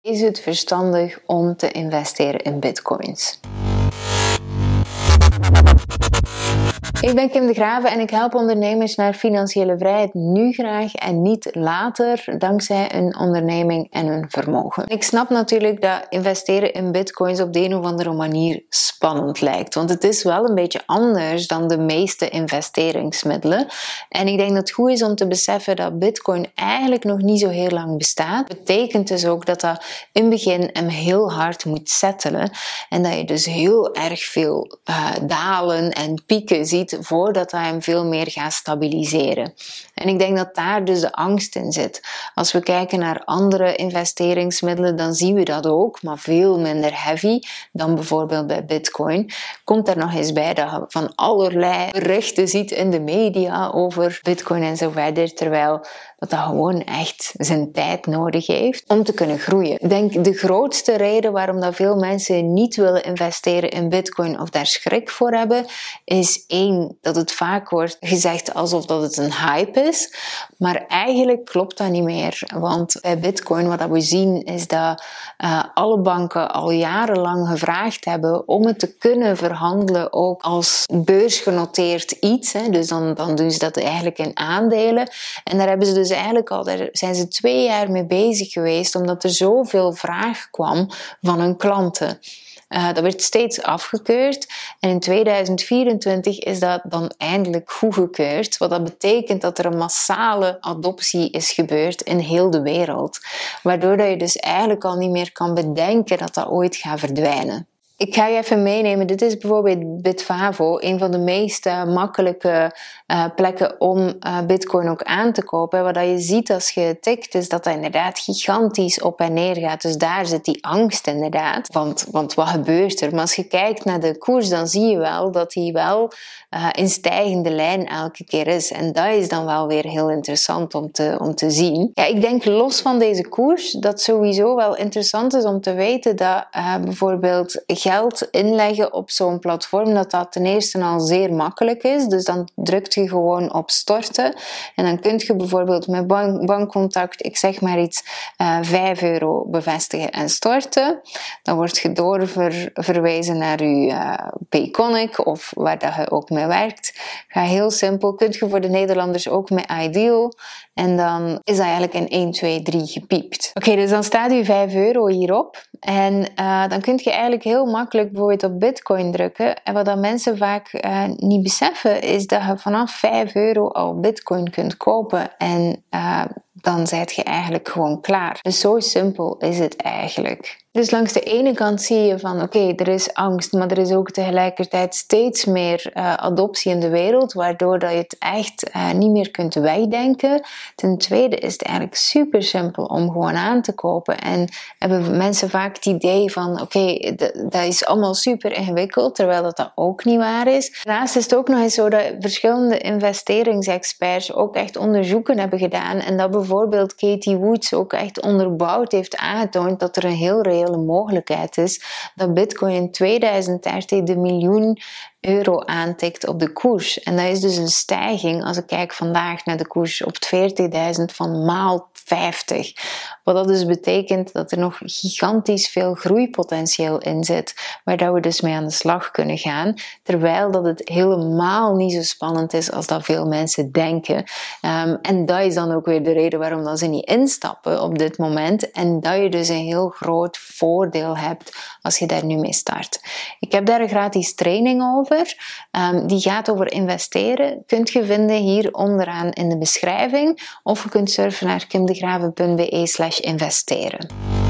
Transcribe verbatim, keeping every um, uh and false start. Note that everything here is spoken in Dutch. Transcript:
Is het verstandig om te investeren in bitcoins? Ik ben Kim de Grave en ik help ondernemers naar financiële vrijheid nu graag en niet later, dankzij een onderneming en hun vermogen. Ik snap natuurlijk dat investeren in bitcoins op de een of andere manier spannend lijkt, want het is wel een beetje anders dan de meeste investeringsmiddelen. En ik denk dat het goed is om te beseffen dat bitcoin eigenlijk nog niet zo heel lang bestaat. Dat betekent dus ook dat dat in het begin hem heel hard moet settelen en dat je dus heel erg veel uh, dalen en pieken ziet voordat hij hem veel meer gaat stabiliseren. En ik denk dat daar dus de angst in zit. Als we kijken naar andere investeringsmiddelen, dan zien we dat ook, maar veel minder heavy dan bijvoorbeeld bij bitcoin. Komt er nog eens bij dat je van allerlei berichten ziet in de media over bitcoin en zo verder, terwijl dat dat gewoon echt zijn tijd nodig heeft om te kunnen groeien. Ik denk de grootste reden waarom dat veel mensen niet willen investeren in bitcoin of daar schrik voor hebben, is één, dat het vaak wordt gezegd alsof dat het een hype is, maar eigenlijk klopt dat niet meer. Want bij bitcoin, wat we zien, is dat uh, alle banken al jarenlang gevraagd hebben om het te kunnen verhandelen ook als beursgenoteerd iets. Hè. Dus dan, dan doen ze dat eigenlijk in aandelen. En daar hebben ze dus eigenlijk al, daar zijn ze twee jaar mee bezig geweest, omdat er zoveel vraag kwam van hun klanten. Uh, dat werd steeds afgekeurd en in tweeduizend vierentwintig is dat dan eindelijk goedgekeurd, wat dat betekent dat er een massale adoptie is gebeurd in heel de wereld, waardoor dat je dus eigenlijk al niet meer kan bedenken dat dat ooit gaat verdwijnen. Ik ga je even meenemen, dit is bijvoorbeeld Bitvavo, een van de meest uh, makkelijke uh, plekken om uh, bitcoin ook aan te kopen. Wat je ziet als je tikt, is dat dat inderdaad gigantisch op en neer gaat. Dus daar zit die angst inderdaad, want, want wat gebeurt er? Maar als je kijkt naar de koers, dan zie je wel dat die wel uh, in stijgende lijn elke keer is. En dat is dan wel weer heel interessant om te, om te zien. Ja, ik denk los van deze koers, dat sowieso wel interessant is om te weten dat uh, bijvoorbeeld geld inleggen op zo'n platform, dat dat ten eerste al zeer makkelijk is. Dus dan drukt je gewoon op storten en dan kun je bijvoorbeeld met bank, bankcontact, ik zeg maar iets, uh, vijf euro bevestigen en storten. Dan word je doorverwezen naar je uh, Payconic of waar dat je ook mee werkt. Ga heel simpel. Kunt je voor de Nederlanders ook met Ideal en dan is dat eigenlijk in één, twee, drie gepiept. Oké, okay, dus dan staat je vijf euro hierop en uh, dan kun je eigenlijk heel makkelijk bijvoorbeeld op bitcoin drukken. En wat dat mensen vaak uh, niet beseffen is dat je vanaf vijf euro al bitcoin kunt kopen en uh, dan zijt je eigenlijk gewoon klaar. Dus zo simpel is het eigenlijk. Dus langs de ene kant zie je van oké, okay, er is angst, maar er is ook tegelijkertijd steeds meer uh, adoptie in de wereld, waardoor dat je het echt uh, niet meer kunt wegdenken. Ten tweede is het eigenlijk super simpel om gewoon aan te kopen en hebben mensen vaak het idee van oké, okay, d- dat is allemaal super ingewikkeld, terwijl dat, dat ook niet waar is. Daarnaast is het ook nog eens zo dat verschillende investeringsexperts ook echt onderzoeken hebben gedaan en dat bijvoorbeeld Katie Woods ook echt onderbouwd heeft aangetoond dat er een heel reële mogelijkheid is dat bitcoin in tweeduizend dertig de miljoen euro aantikt op de koers. En dat is dus een stijging, als ik kijk vandaag naar de koers op veertigduizend, van maal vijftig. Wat dat dus betekent dat er nog gigantisch veel groeipotentieel in zit, waar dat we dus mee aan de slag kunnen gaan, terwijl dat het helemaal niet zo spannend is als dat veel mensen denken. Um, en dat is dan ook weer de reden waarom dat ze niet instappen op dit moment en dat je dus een heel groot voordeel hebt als je daar nu mee start. Ik heb daar een gratis training over. Um, die gaat over investeren. Kunt je vinden hier onderaan in de beschrijving. Of je kunt surfen naar kimdegrave punt be slash investeren.